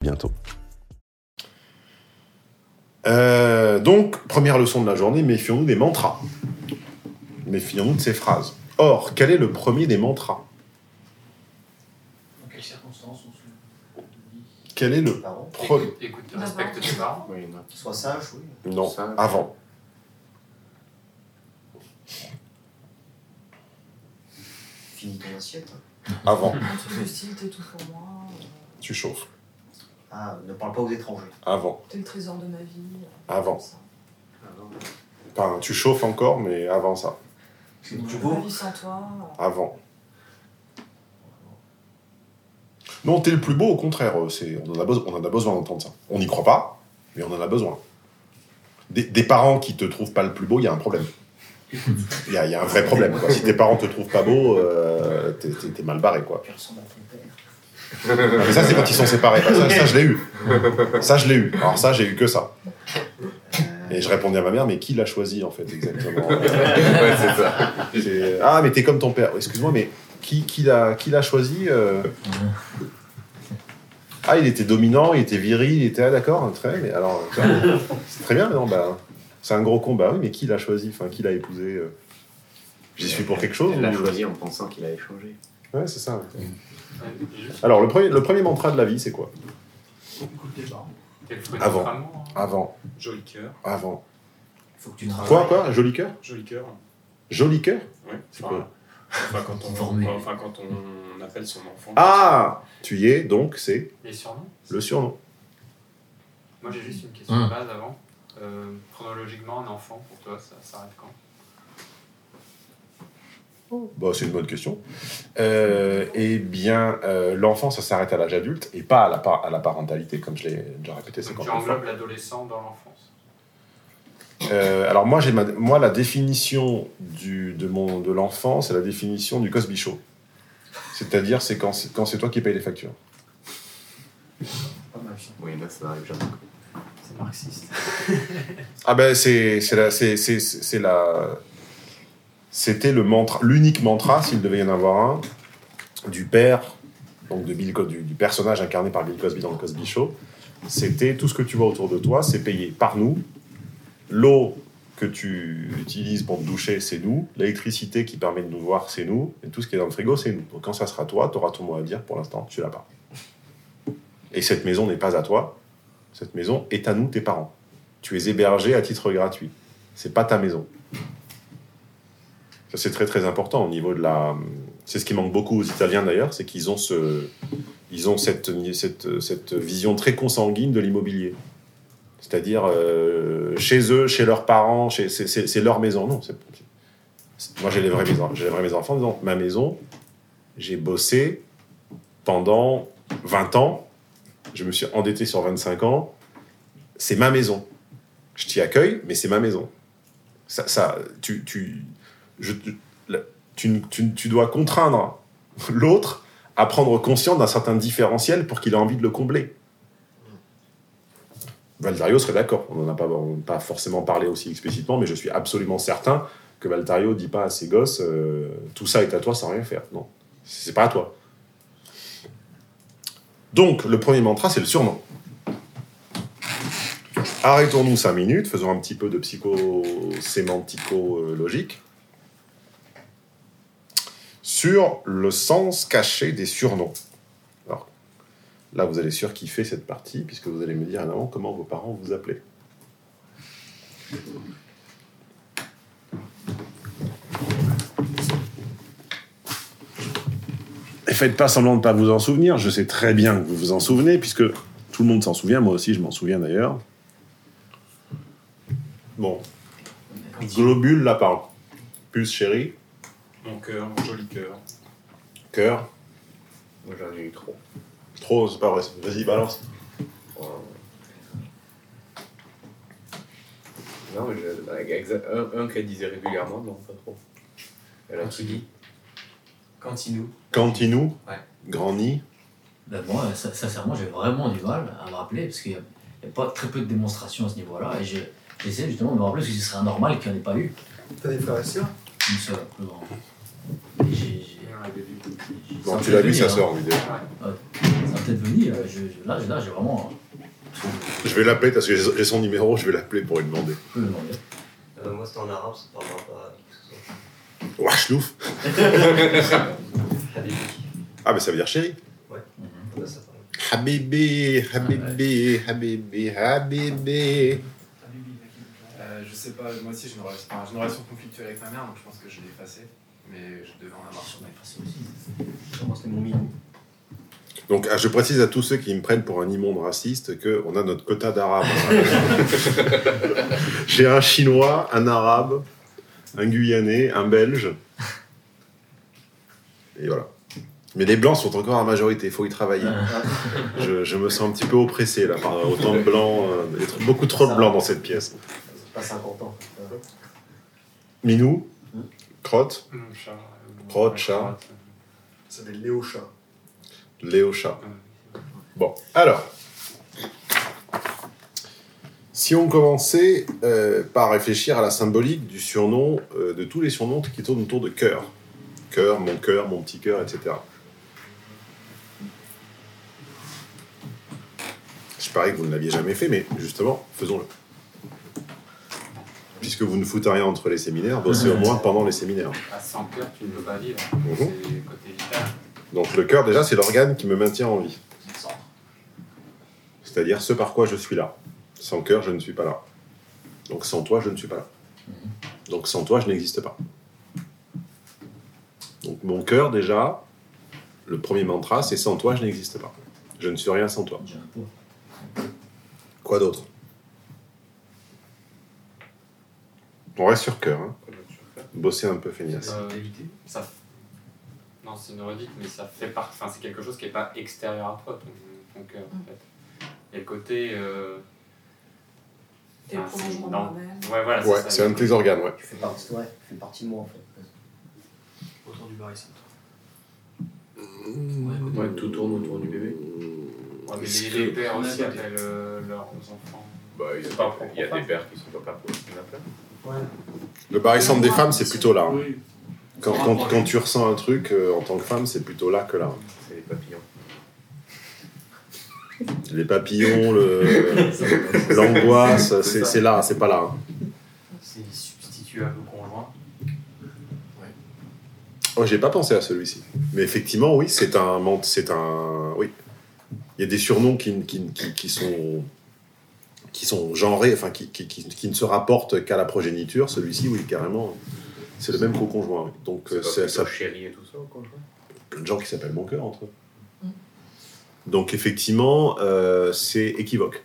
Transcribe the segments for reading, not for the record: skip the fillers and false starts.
bientôt. Donc, première leçon de la journée, méfions-nous des mantras. Méfions-nous de ces phrases. Or, quel est le premier des mantras ? Dans quelles circonstances on se dit ? Quel est le premier ? Écoute, respecte tes parents. Oui, Sois sage, oui. Non, Sage. avant. Finis ton assiette. Avant. Un truc de style, t'es tout pour moi. Tu chauffes. Ah, ne parle pas aux étrangers. Avant. T'es le trésor de ma vie. Avant. Ça. Enfin, tu chauffes encore, mais avant ça. C'est le Ma plus beau. vie sans toi. Avant. Non, t'es le plus beau, au contraire. On en a besoin d'entendre ça. On n'y croit pas, mais on en a besoin. Des parents qui te trouvent pas le plus beau, il y a un problème. Il y a un vrai problème, quoi. Si tes parents te trouvent pas beau, t'es mal barré, quoi. Tu ressembles à ton père. Non, mais ça, c'est quand ils sont séparés. Ça, je l'ai eu. Ça, je l'ai eu. Alors ça, j'ai eu que ça. Et je répondais à ma mère, mais qui l'a choisi, en fait, exactement Ouais, c'est ça. Ah, mais t'es comme ton père. Excuse-moi, mais qui l'a choisi Ah, il était dominant, il était viril, il était... Ah, d'accord, très bien. Mais alors, c'est très bien, mais non, bah... C'est un gros con, bah oui, mais qui l'a choisi ? Enfin, qui l'a épousé J'y suis pour quelque chose Elle l'a ou... choisi en pensant qu'il allait changer. Ouais, c'est ça. Alors, le premier mantra de la vie, c'est quoi ? Écoute tes parents. T'es le fruit Avant. de notre amour, hein. Avant. Joli cœur. Avant. Faut que tu travailles. Quoi Joli cœur ? Joli cœur. Joli cœur ? Ouais. C'est quoi ? Quand on appelle son enfant. Ah ! Tu y es, donc c'est Les surnoms. le surnom. Moi j'ai juste une question de base avant. Chronologiquement, un enfant, pour toi, ça s'arrête quand ? Bah, c'est une bonne question. Eh bien, l'enfant, ça s'arrête à l'âge adulte et pas à la parentalité, comme je l'ai déjà répété. Donc tu englobes l'adolescent dans l'enfance. Alors moi, la définition de l'enfant, c'est la définition du Cosby Show. C'est-à-dire, c'est quand c'est toi qui payes les factures. Pas mal ça. Oui, là, ça n'arrive jamais. C'est marxiste. Ah ben, c'était l'unique mantra, s'il devait y en avoir un, du père, donc du personnage incarné par Bill Cosby dans le Cosby Show. C'était tout ce que tu vois autour de toi, c'est payé par nous. L'eau que tu utilises pour te doucher, c'est nous. L'électricité qui permet de nous voir, c'est nous. Et tout ce qui est dans le frigo, c'est nous. Donc quand ça sera toi, tu auras ton mot à dire. Pour l'instant, tu l'as pas. Et cette maison n'est pas à toi. Cette maison est à nous, tes parents. Tu es hébergé à titre gratuit. C'est pas ta maison. Ça, c'est très très important au niveau de la... C'est ce qui manque beaucoup aux Italiens d'ailleurs, c'est qu'ils ont cette vision très consanguine de l'immobilier. C'est-à-dire, chez eux, chez leurs parents, c'est leur maison. Non, moi, j'élèverais mes enfants en disant, ma maison, j'ai bossé pendant 20 ans, je me suis endetté sur 25 ans, c'est ma maison. Je t'y accueille, mais c'est ma maison. Tu dois contraindre l'autre à prendre conscience d'un certain différentiel pour qu'il ait envie de le combler. Valtario serait d'accord. On n'en a pas forcément parlé aussi explicitement, mais je suis absolument certain que Valtario ne dit pas à ses gosses tout ça est à toi sans rien faire. Non, c'est pas à toi. Donc, le premier mantra, c'est le surnom. Arrêtons-nous 5 minutes, faisons un petit peu de psycho-sémantico-logique sur le sens caché des surnoms. Alors, là, vous allez surkiffer cette partie, puisque vous allez me dire en avant comment vos parents vous appelaient. Et faites pas semblant de ne pas vous en souvenir, je sais très bien que vous vous en souvenez, puisque tout le monde s'en souvient, moi aussi je m'en souviens d'ailleurs. Bon. Globule, lapin. Puce, chérie. Mon cœur, mon joli cœur. Cœur. Moi, j'en ai eu trop. Trop, c'est pas vrai. Vas-y, balance. Non, mais un qu'elle disait régulièrement, non, pas trop. Elle a tout dit. Cantinou. Cantinou. Ouais. Grand nid. Ben moi, sincèrement, j'ai vraiment du mal à me rappeler parce qu'il y a pas très peu de démonstrations à ce niveau-là. Et j'essaie justement de me rappeler parce que ce serait anormal qu'il n'y en ait pas eu. T'as des frères et sœurs ? Une seule, plus grande. Et Bon, tu l'as vu, sa sœur, en vidéo. Ouais. va peut-être venir. Là, j'ai vraiment. Je vais l'appeler parce que j'ai son numéro, je vais l'appeler pour lui demander. Je peux le demander. Moi, c'était en arabe, ça parlera pas qui que ce soit. Wachlouf. Habibi. Ah, mais ça veut dire chéri. Ouais, ça parle. Habibi, Habibi, Habibi, Habibi. Je sais pas, moi aussi j'ai une relation conflictuelle avec ma mère, donc je pense que je l'ai effacée, mais je devais en avoir. On va passer aussi. Moi, c'était mon minou. Donc, je précise à tous ceux qui me prennent pour un immonde raciste qu'on a notre quota d'arabes. J'ai un chinois, un arabe, un guyanais, un belge. Et voilà. Mais les blancs sont encore en majorité, il faut y travailler. Je me sens un petit peu oppressé là, par autant de blancs. Il y a beaucoup trop de blancs dans cette pièce. C'est pas 50 ans. Minou, crotte, Chat. Crotte, chat. Ça s'appelle Léo Chat. Léo chat. Bon, alors. Si on commençait par réfléchir à la symbolique du surnom, de tous les surnoms qui tournent autour de cœur. Cœur, mon petit cœur, etc. Je parie que vous ne l'aviez jamais fait, mais justement, faisons-le. Puisque vous ne foutez rien entre les séminaires, bossez au moins pendant les séminaires. Sans cœur, tu ne peux pas vivre. Mhm. C'est le côté vital. Donc le cœur, déjà, c'est l'organe qui me maintient en vie. C'est-à-dire ce par quoi je suis là. Sans cœur, je ne suis pas là. Donc sans toi, je ne suis pas là. Donc sans toi, je n'existe pas. Donc mon cœur, déjà, le premier mantra, c'est sans toi, je n'existe pas. Je ne suis rien sans toi. J'ai un pot. Quoi d'autre? On reste sur cœur, hein. Bosser un peu feignasse. Ça... Non, c'est une redite, mais ça fait partie. Enfin, c'est quelque chose qui n'est pas extérieur à toi, ton cœur, en fait. Et le côté. T'es le prolongement de moi-même. Ouais, voilà, Ouais, c'est un de tes organes, ouais. Tu fais partie, ouais, tu fais partie de moi en fait. Autour du barycentre. Ouais, tout tourne autour du bébé. Ouais, mais les pères aussi appellent leurs enfants. Bah, il y C'est a, pas il y a des pères qui sont pas pour. Il y en a plein. Ouais. Le barycentre des femmes, c'est plutôt là. hein. Oui. Quand tu ressens un truc en tant que femme, c'est plutôt là que là. C'est les papillons. Les papillons, l'angoisse, c'est là, c'est pas là. hein. C'est substituable au conjoint. Oh, j'ai pas pensé à celui-ci. Mais effectivement, oui, c'est un. Oui. Il y a des surnoms qui sont genrés, enfin, qui ne se rapportent qu'à la progéniture. Celui-ci, oui, carrément, c'est le même qu'au conjoint. oui. Donc, C'est ça pas chéri et tout ça, au conjoint. plein de gens qui s'appellent mon cœur entre eux. Donc, effectivement, c'est équivoque.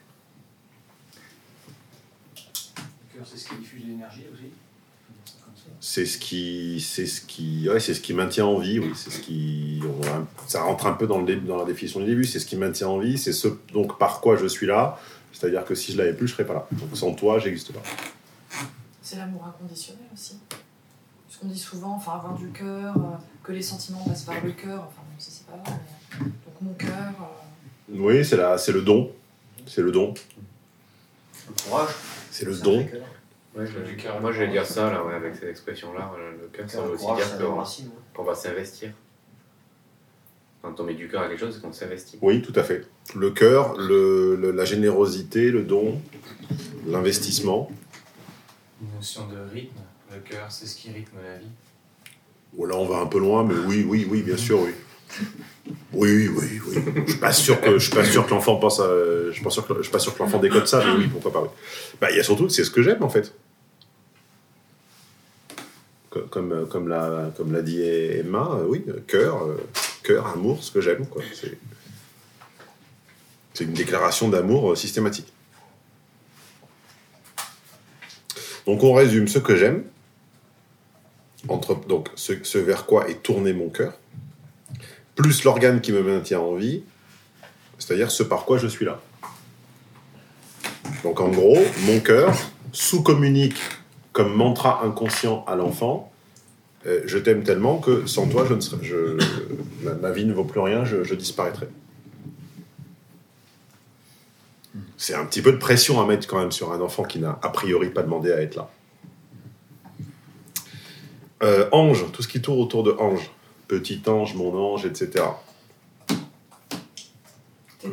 Le cœur, c'est ce qui diffuse l'énergie aussi. C'est ce qui maintient en vie, oui. C'est ce qui, ça rentre un peu dans la définition du début. C'est ce qui maintient en vie. C'est ce donc par quoi je suis là. C'est-à-dire que si je l'avais plus, je serais pas là. Donc sans toi, j'existe pas. C'est l'amour inconditionnel aussi. Ce qu'on dit souvent, enfin avoir du cœur, que les sentiments passent par le cœur, enfin même si c'est pas vrai. Mais, donc mon cœur. Oui, c'est le don. C'est le don. Le courage. C'est le don. Ouais, Du cœur. moi, je vais dire ça, là, ouais, avec cette expression-là. Le cœur, ça veut aussi dire qu'on va s'investir. Quand on met du cœur à quelque chose, c'est qu'on s'investit. Oui, tout à fait. Le cœur, la générosité, le don, l'investissement. Une notion de rythme. Le cœur, c'est ce qui rythme la vie. Bon, là, on va un peu loin, mais oui, bien sûr, oui. Oui. Je suis pas sûr que l'enfant pense à. Je suis pas sûr que l'enfant décode ça, mais oui, pourquoi pas. Oui. Bah, il y a surtout que c'est ce que j'aime en fait. Comme l'a dit Emma, oui, cœur, amour, ce que j'aime, quoi. C'est une déclaration d'amour systématique. Donc on résume ce que j'aime, donc ce vers quoi est tourné mon cœur, plus l'organe qui me maintient en vie, c'est-à-dire ce par quoi je suis là. Donc en gros, mon cœur sous-communique comme mantra inconscient à l'enfant, je t'aime tellement que sans toi, ma vie ne vaut plus rien, je disparaîtrai. C'est un petit peu de pression à mettre quand même sur un enfant qui n'a a priori pas demandé à être là. Ange, tout ce qui tourne autour de ange. Petit ange, mon ange, etc.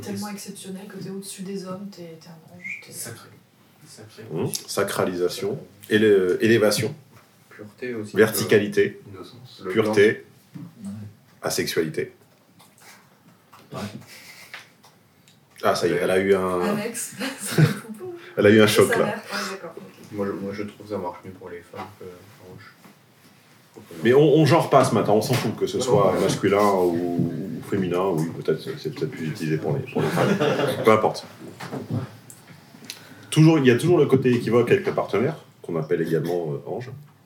tellement exceptionnel que t'es au-dessus des hommes, t'es un ange. Sacré. Sacré. Sacralisation, élévation, Pureté aussi. verticalité, Innocence. Le pureté, asexualité. Ouais. Ah, ça y est, elle a eu un, Alex, c'est le poupon. elle a eu un choc Ça a là. l'air- ouais, d'accord. ok. Moi, je trouve que ça marche mieux pour les femmes que l'ange. Mais on genre pas ce matin, on s'en fout que ce soit masculin ou féminin, oui, peut-être c'est peut-être plus utilisé pour les femmes. Peu importe. Il y a toujours le côté équivoque avec le partenaire, qu'on appelle également ange.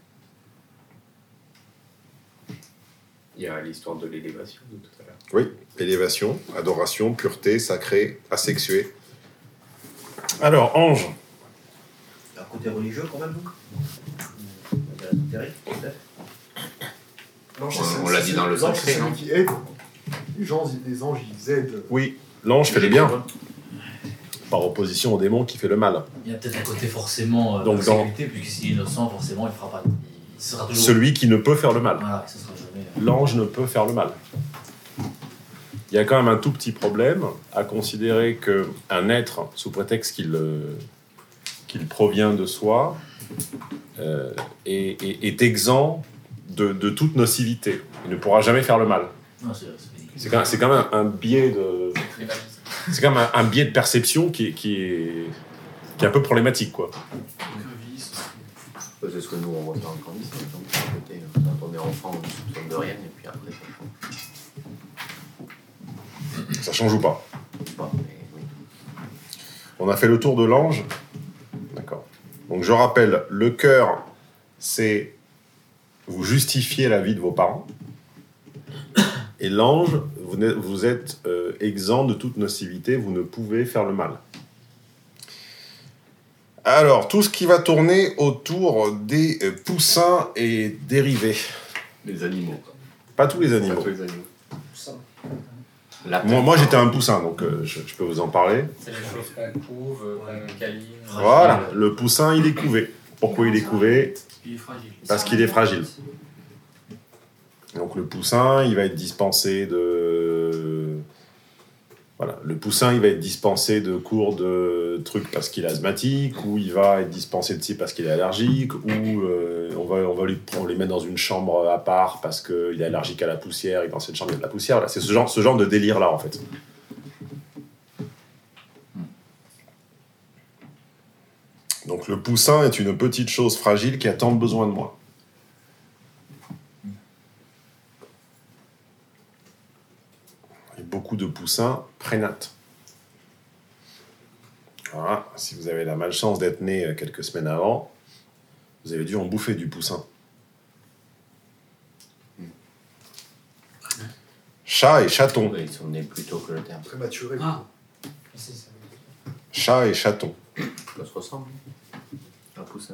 Il y a l'histoire de l'élévation de tout à l'heure. Oui, élévation, adoration, pureté, sacré, asexué. Alors, ange. Un côté religieux quand même, donc. Ésotérique, peut-être. L'ange, On l'a dit dans le l'ange, sacré, c'est non celui qui aide. Les anges, ils aident. Oui, l'ange fait le bien, par opposition au démon qui fait le mal. Il y a peut-être un côté forcément Donc, sécurité, puisque s'il est innocent, forcément, il fera pas. Il sera toujours. Celui qui ne peut faire le mal. Voilà, ce sera jamais. L'ange ne peut faire le mal. Il y a quand même un tout petit problème à considérer qu'un être, sous prétexte qu'il provient de soi, est exempt de toute nocivité. Il ne pourra jamais faire le mal. Non, c'est ridicule. C'est quand même un biais de... C'est quand même un biais de perception qui est un peu problématique, quoi. C'est ce que nous, on voit dans le candice, par exemple, d'un côté, quand on est enfant, on ne soupçonne de rien, et puis après, ça change. Ça change ou pas? Pas, mais oui. On a fait le tour de l'ange. D'accord. Donc je rappelle, le cœur, c'est vous justifiez la vie de vos parents. Et l'ange, vous êtes exempt de toute nocivité, vous ne pouvez faire le mal. Alors, tout ce qui va tourner autour des poussins et dérivés. Les animaux. Pas tous les animaux. Pas tous les animaux. Moi j'étais un poussin, donc je peux vous en parler. C'est les choses qu'on couve, qu'on câline. Voilà, le poussin, il est couvé. Pourquoi il est couvé? Il est fragile. Parce qu'il est fragile. Donc le poussin, il va être dispensé de... Voilà, le poussin, il va être dispensé de cours de trucs parce qu'il est asthmatique, ou il va être dispensé de ci parce qu'il est allergique, ou on les mettre dans une chambre à part parce qu'il est allergique à la poussière, et dans cette chambre il y a de la poussière. Voilà, c'est ce genre de délire-là, en fait. Donc le poussin est une petite chose fragile qui a tant besoin de moi. Et beaucoup de poussins prénatent. Voilà, si vous avez la malchance d'être né quelques semaines avant, vous avez dû en bouffer du poussin. Chat et chaton. Ils sont nés plus tôt que le terme. Prématuré. Ah. Chat et chaton. Ça se ressemble. Un poussin.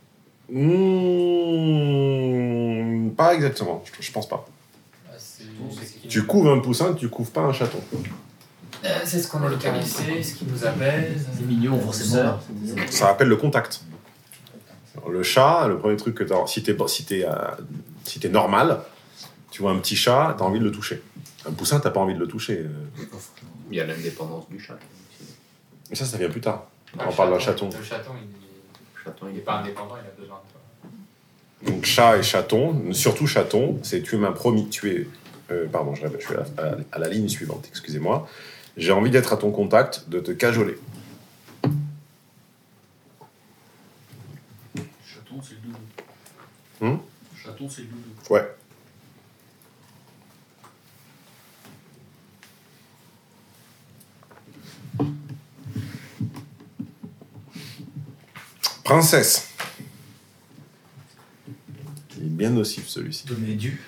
Pas exactement, je pense pas. Tu couves un poussin, tu couves pas un chaton. C'est ce qu'on a localisé, ce qui nous apaise. C'est mignon, forcément. Ça rappelle le contact. Alors, le chat, le premier truc que tu as... Si t'es normal, tu vois un petit chat, tu as envie de le toucher. Un poussin, t'as pas envie de le toucher. Il y a l'indépendance du chat. Mais ça vient plus tard. On parle d'un chaton. Le chaton, il n'est pas indépendant, il a besoin de toi. Donc chat et chaton, surtout chaton, c'est tu m'as promis, pardon, je suis à la ligne suivante, excusez-moi. J'ai envie d'être à ton contact, de te cajoler. Chaton, c'est le doudou. Chaton, c'est le doudou. Ouais. Princesse. Il est bien nocif celui-ci. Donner dû.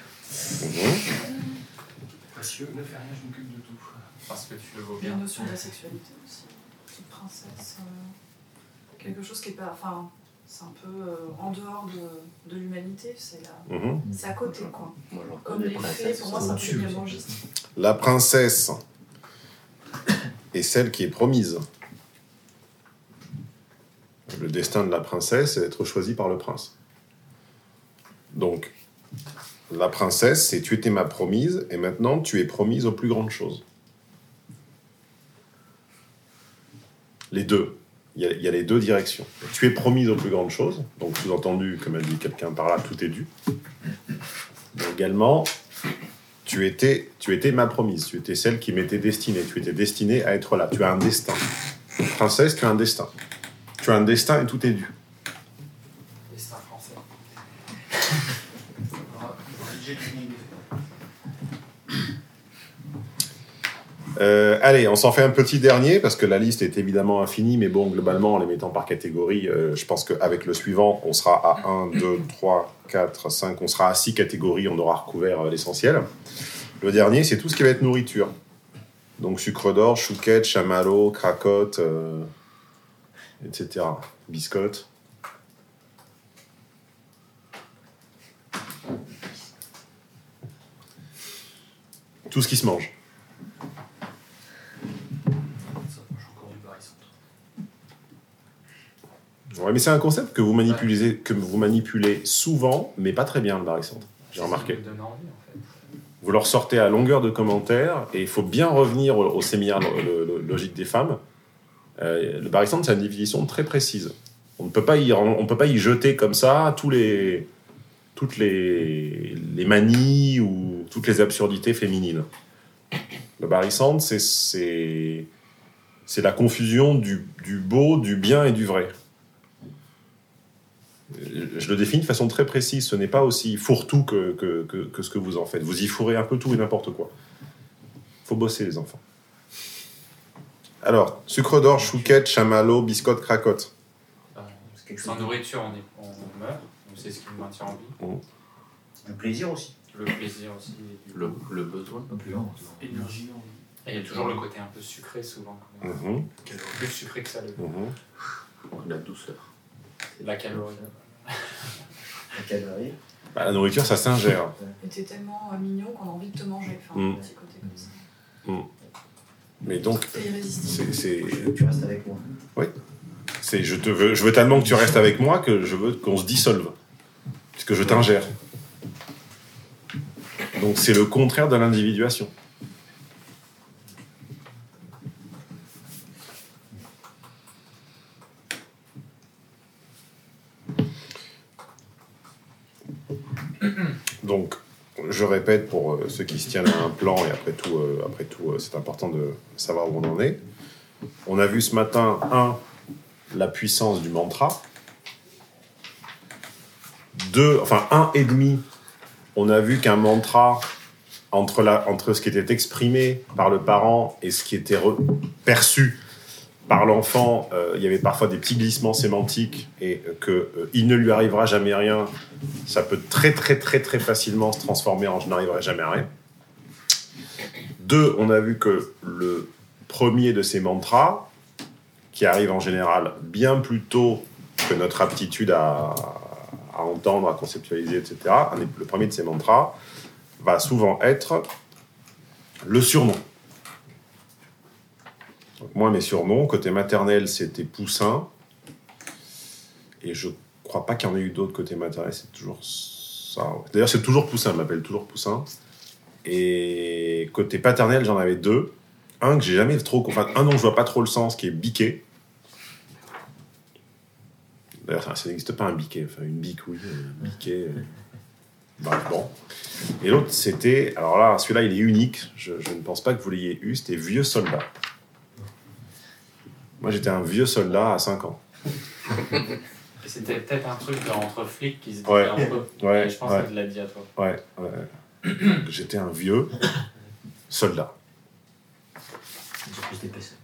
Précieux, ne fais rien, je m'occupe de tout. Parce que tu le vaux Il y a bien. une notion de la sexualité aussi. Petite princesse. Quelque chose qui est pas. Enfin, c'est un peu en dehors de l'humanité. C'est à côté, quoi. Moi, j'en Comme connais les princesses, fées, pour moi, c'est un au-dessus, peu aussi. biologiste. La princesse est celle qui est promise. Le destin de la princesse est d'être choisie par le prince. Donc, la princesse, c'est tu étais ma promise, et maintenant tu es promise aux plus grandes choses. Les deux. Il y a les deux directions. Tu es promise aux plus grandes choses, donc sous-entendu, comme a dit quelqu'un par là, tout est dû. Mais également, tu étais ma promise, tu étais celle qui m'était destinée, tu étais destinée à être là, tu as un destin. Princesse, tu as un destin. Tu as un destin et tout est dû. Destin français. Allez, on s'en fait un petit dernier, parce que la liste est évidemment infinie, mais bon, globalement, en les mettant par catégorie, je pense qu'avec le suivant, on sera à 1, 2, 3, 4, 5, on sera à 6 catégories, on aura recouvert l'essentiel. Le dernier, c'est tout ce qui va être nourriture. Donc sucre d'orge, chouquette, chamallow, cracotte, etc. Biscotte. Tout ce qui se mange. Ouais, mais c'est un concept que vous manipulez souvent, mais pas très bien, le barycentre. J'ai remarqué. Ça me donne envie, en fait. Vous leur sortez à longueur de commentaires, et il faut bien revenir au séminaire Logique des femmes. Le barycentre, c'est une définition très précise. On ne peut pas y jeter comme ça toutes les manies ou toutes les absurdités féminines. Le barycentre, c'est la confusion du beau, du bien et du vrai. Je le définis de façon très précise. Ce n'est pas aussi fourre-tout que ce que vous en faites. Vous y fourrez un peu tout et n'importe quoi. Il faut bosser, les enfants. Alors, sucre d'orge, chouquette, chamallow, biscotte, cracotte. Sans nourriture, on meurt. Donc c'est ce qui nous maintient en vie. Le plaisir aussi. Le plaisir aussi. Le besoin. Énergie. Et il y a toujours le côté un peu sucré, souvent. Plus sucré que salé. La douceur. La calorie. La calorie. Bah, la nourriture, ça s'ingère. Et t'es tellement mignon qu'on a envie de te manger. Enfin, un petit côté comme ça. Mais donc, T'es irrésistible. Tu restes avec moi. Oui. Je veux tellement que tu restes avec moi que je veux qu'on se dissolve. Puisque je t'ingère. Donc c'est le contraire de l'individuation. Donc, je répète pour ceux qui se tiennent à un plan, et après tout, c'est important de savoir où on en est. On a vu ce matin, la puissance du mantra. 1,5, on a vu qu'un mantra, entre ce qui était exprimé par le parent et ce qui était perçu par l'enfant, il y avait parfois des petits glissements sémantiques, et il ne lui arrivera jamais rien, ça peut très très très très facilement se transformer en je n'arriverai jamais à rien. 2, on a vu que le premier de ces mantras, qui arrive en général bien plus tôt que notre aptitude à entendre, à conceptualiser, etc., le premier de ces mantras va souvent être le surnom. Donc, moi, mes surnoms, côté maternel, c'était Poussin. Et je crois pas qu'il y en ait eu d'autres côté maternel, c'est toujours ça. D'ailleurs, c'est toujours Poussin, il m'appelle toujours Poussin. Et côté paternel, j'en avais 2. Un que j'ai jamais trop... un dont je vois pas trop le sens, qui est Biquet. D'ailleurs, ça n'existe pas un biquet. Enfin, une bique, oui. Un biquet... bon. Et l'autre, c'était... Alors là, celui-là, il est unique. Je ne pense pas que vous l'ayez eu. C'était Vieux Soldat. Moi, j'étais un vieux soldat à 5 ans. C'était peut-être un truc entre flics qui se disaient Ouais. entre eux. Ouais, Et je pense ouais. qu'elle l'a dit à toi. Ouais. J'étais un vieux soldat. J'ai plus d'épaisseur.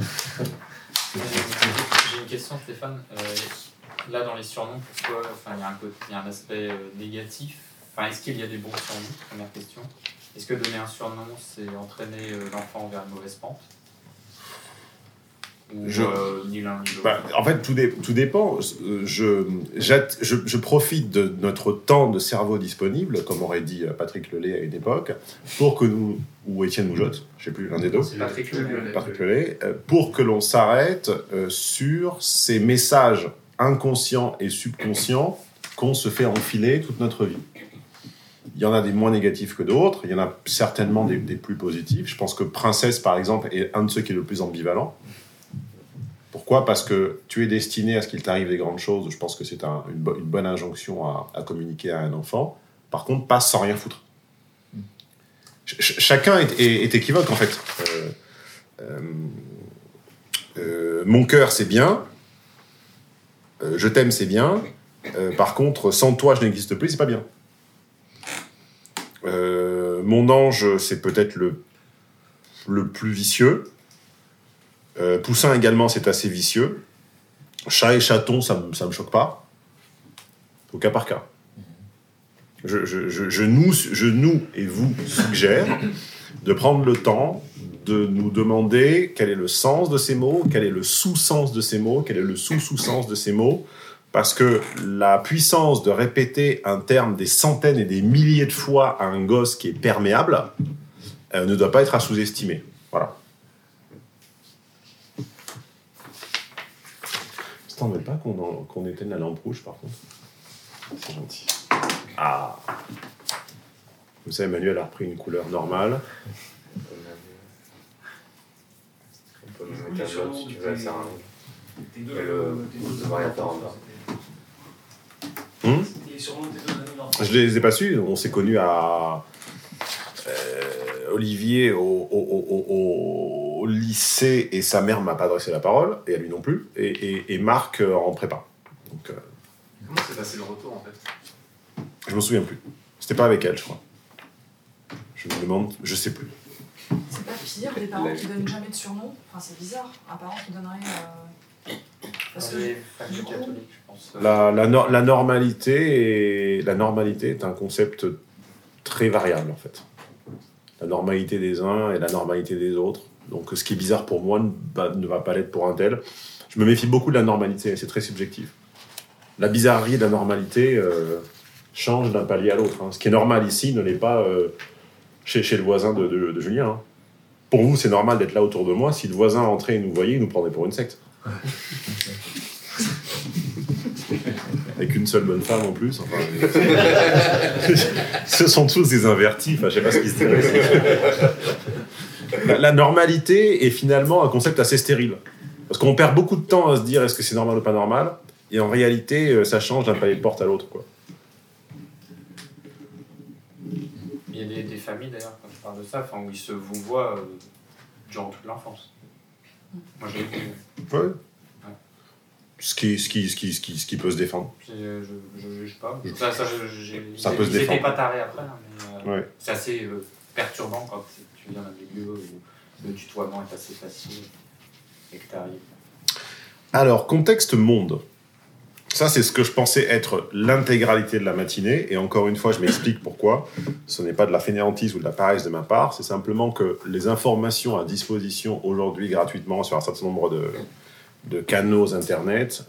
J'ai une question, Stéphane. Là, dans les surnoms, pourquoi il y a un aspect négatif. Est-ce qu'il y a des bons surnoms? Première question. Est-ce que donner un surnom, c'est entraîner l'enfant vers une mauvaise pente? Ou ni l'un ni l'autre? En fait, tout dépend. Je profite de notre temps de cerveau disponible, comme aurait dit Patrick Lelay à une époque, pour que nous, ou Étienne Moujotte, je ne sais plus, l'un des deux, C'est Patrick Lelay, pour que l'on s'arrête sur ces messages inconscients et subconscients qu'on se fait enfiler toute notre vie. Il y en a des moins négatifs que d'autres, il y en a certainement des plus positifs. Je pense que Princesse, par exemple, est un de ceux qui est le plus ambivalent. Pourquoi ? Pourquoi ? Parce que tu es destiné à ce qu'il t'arrive des grandes choses. Je pense que c'est une bonne injonction à communiquer à un enfant. Par contre, pas sans rien foutre. Chacun est équivoque, en fait. Mon cœur, c'est bien. Je t'aime, c'est bien. Par contre, sans toi, je n'existe plus, c'est pas bien. Mon ange, c'est peut-être le plus vicieux. Poussin également, c'est assez vicieux. Chat et chaton, ça me choque pas. Au cas par cas. Je nous et vous suggère de prendre le temps de nous demander quel est le sens de ces mots, quel est le sous-sens de ces mots, quel est le sous-sous-sens de ces mots, parce que la puissance de répéter un terme des centaines et des milliers de fois à un gosse qui est perméable ne doit pas être à sous-estimer. Voilà. Ça t'embête pas qu'on éteigne la lampe rouge, par contre ? C'est gentil. Ah. Vous savez, Emmanuel a repris une couleur normale. On peut mettre un autre si tu veux, ça arrive. Il y a le variateur en bas. Je les ai pas su. On s'est connus à Olivier au lycée et sa mère m'a pas adressé la parole et à lui non plus et Marc en prépa. Donc, comment s'est passé le retour en fait ? Je me souviens plus. C'était pas avec elle, je crois. Je me demande, je sais plus. C'est pas pire des parents qui donnent jamais de surnom. Enfin, c'est bizarre. Un parent qui donnerait. Parce que Les familles catholiques, je pense. La normalité est un concept très variable en fait. La normalité des uns et la normalité des autres. Donc ce qui est bizarre pour moi ne va pas l'être pour un tel. Je me méfie beaucoup de la normalité, c'est très subjectif. La bizarrerie de la normalité change d'un palier à l'autre. Hein. Ce qui est normal ici ne l'est pas chez le voisin de Julien. Hein. Pour vous, c'est normal d'être là autour de moi. Si le voisin entrait et nous voyait, il nous prendrait pour une secte. Avec une seule bonne femme en plus. Enfin, ce sont tous des invertis. Enfin, je sais pas ce qui se dit. La normalité est finalement un concept assez stérile. Parce qu'on perd beaucoup de temps à se dire est-ce que c'est normal ou pas normal. Et en réalité, ça change d'un palier de porte à l'autre, quoi. Il y a des familles d'ailleurs, quand je parle de ça, où ils se vous voient durant toute l'enfance. Moi j'ai vu. Ouais. Ce qui peut se défendre. Je juge pas. Ça peut se défendre. J'étais pas taré après, hein, mais ouais. C'est assez perturbant quand tu viens d'un milieu où le tutoiement est assez facile et que tu arrives. Alors, contexte monde. Ça, c'est ce que je pensais être l'intégralité de la matinée. Et encore une fois, je m'explique pourquoi. Ce n'est pas de la fainéantise ou de la paresse de ma part. C'est simplement que les informations à disposition aujourd'hui gratuitement sur un certain nombre de canaux Internet,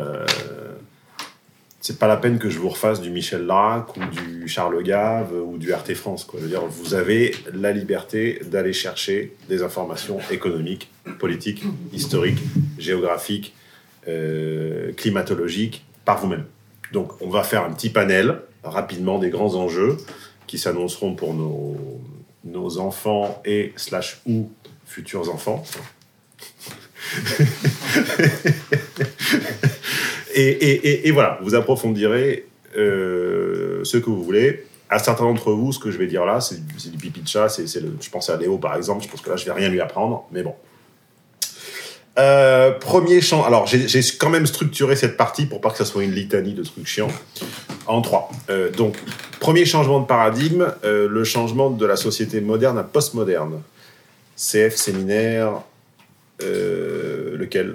c'est pas la peine que je vous refasse du Michel Larac ou du Charles Gave ou du RT France, quoi. Je veux dire, vous avez la liberté d'aller chercher des informations économiques, politiques, historiques, géographiques, climatologiques par vous-même. Donc, on va faire un petit panel rapidement des grands enjeux qui s'annonceront pour nos enfants et / ou futurs enfants. et voilà, vous approfondirez ce que vous voulez. À certains d'entre vous, ce que je vais dire là, c'est du pipi de chat. Je pense à Léo par exemple. Je pense que là, je vais rien lui apprendre, mais bon. Premier champ. Alors, j'ai quand même structuré cette partie pour pas que ça soit une litanie de trucs chiants en 3. Donc, premier changement de paradigme, le changement de la société moderne à postmoderne. CF séminaire. Lequel ?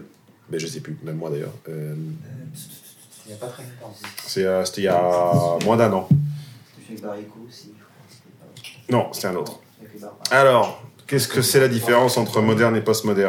Ben, je sais plus, même moi d'ailleurs. Il n'y a pas très longtemps. C'était il y a moins d'un an. C'était Barico aussi, je crois. Non, c'était un autre. Alors, qu'est-ce que c'est la différence entre moderne et postmoderne ?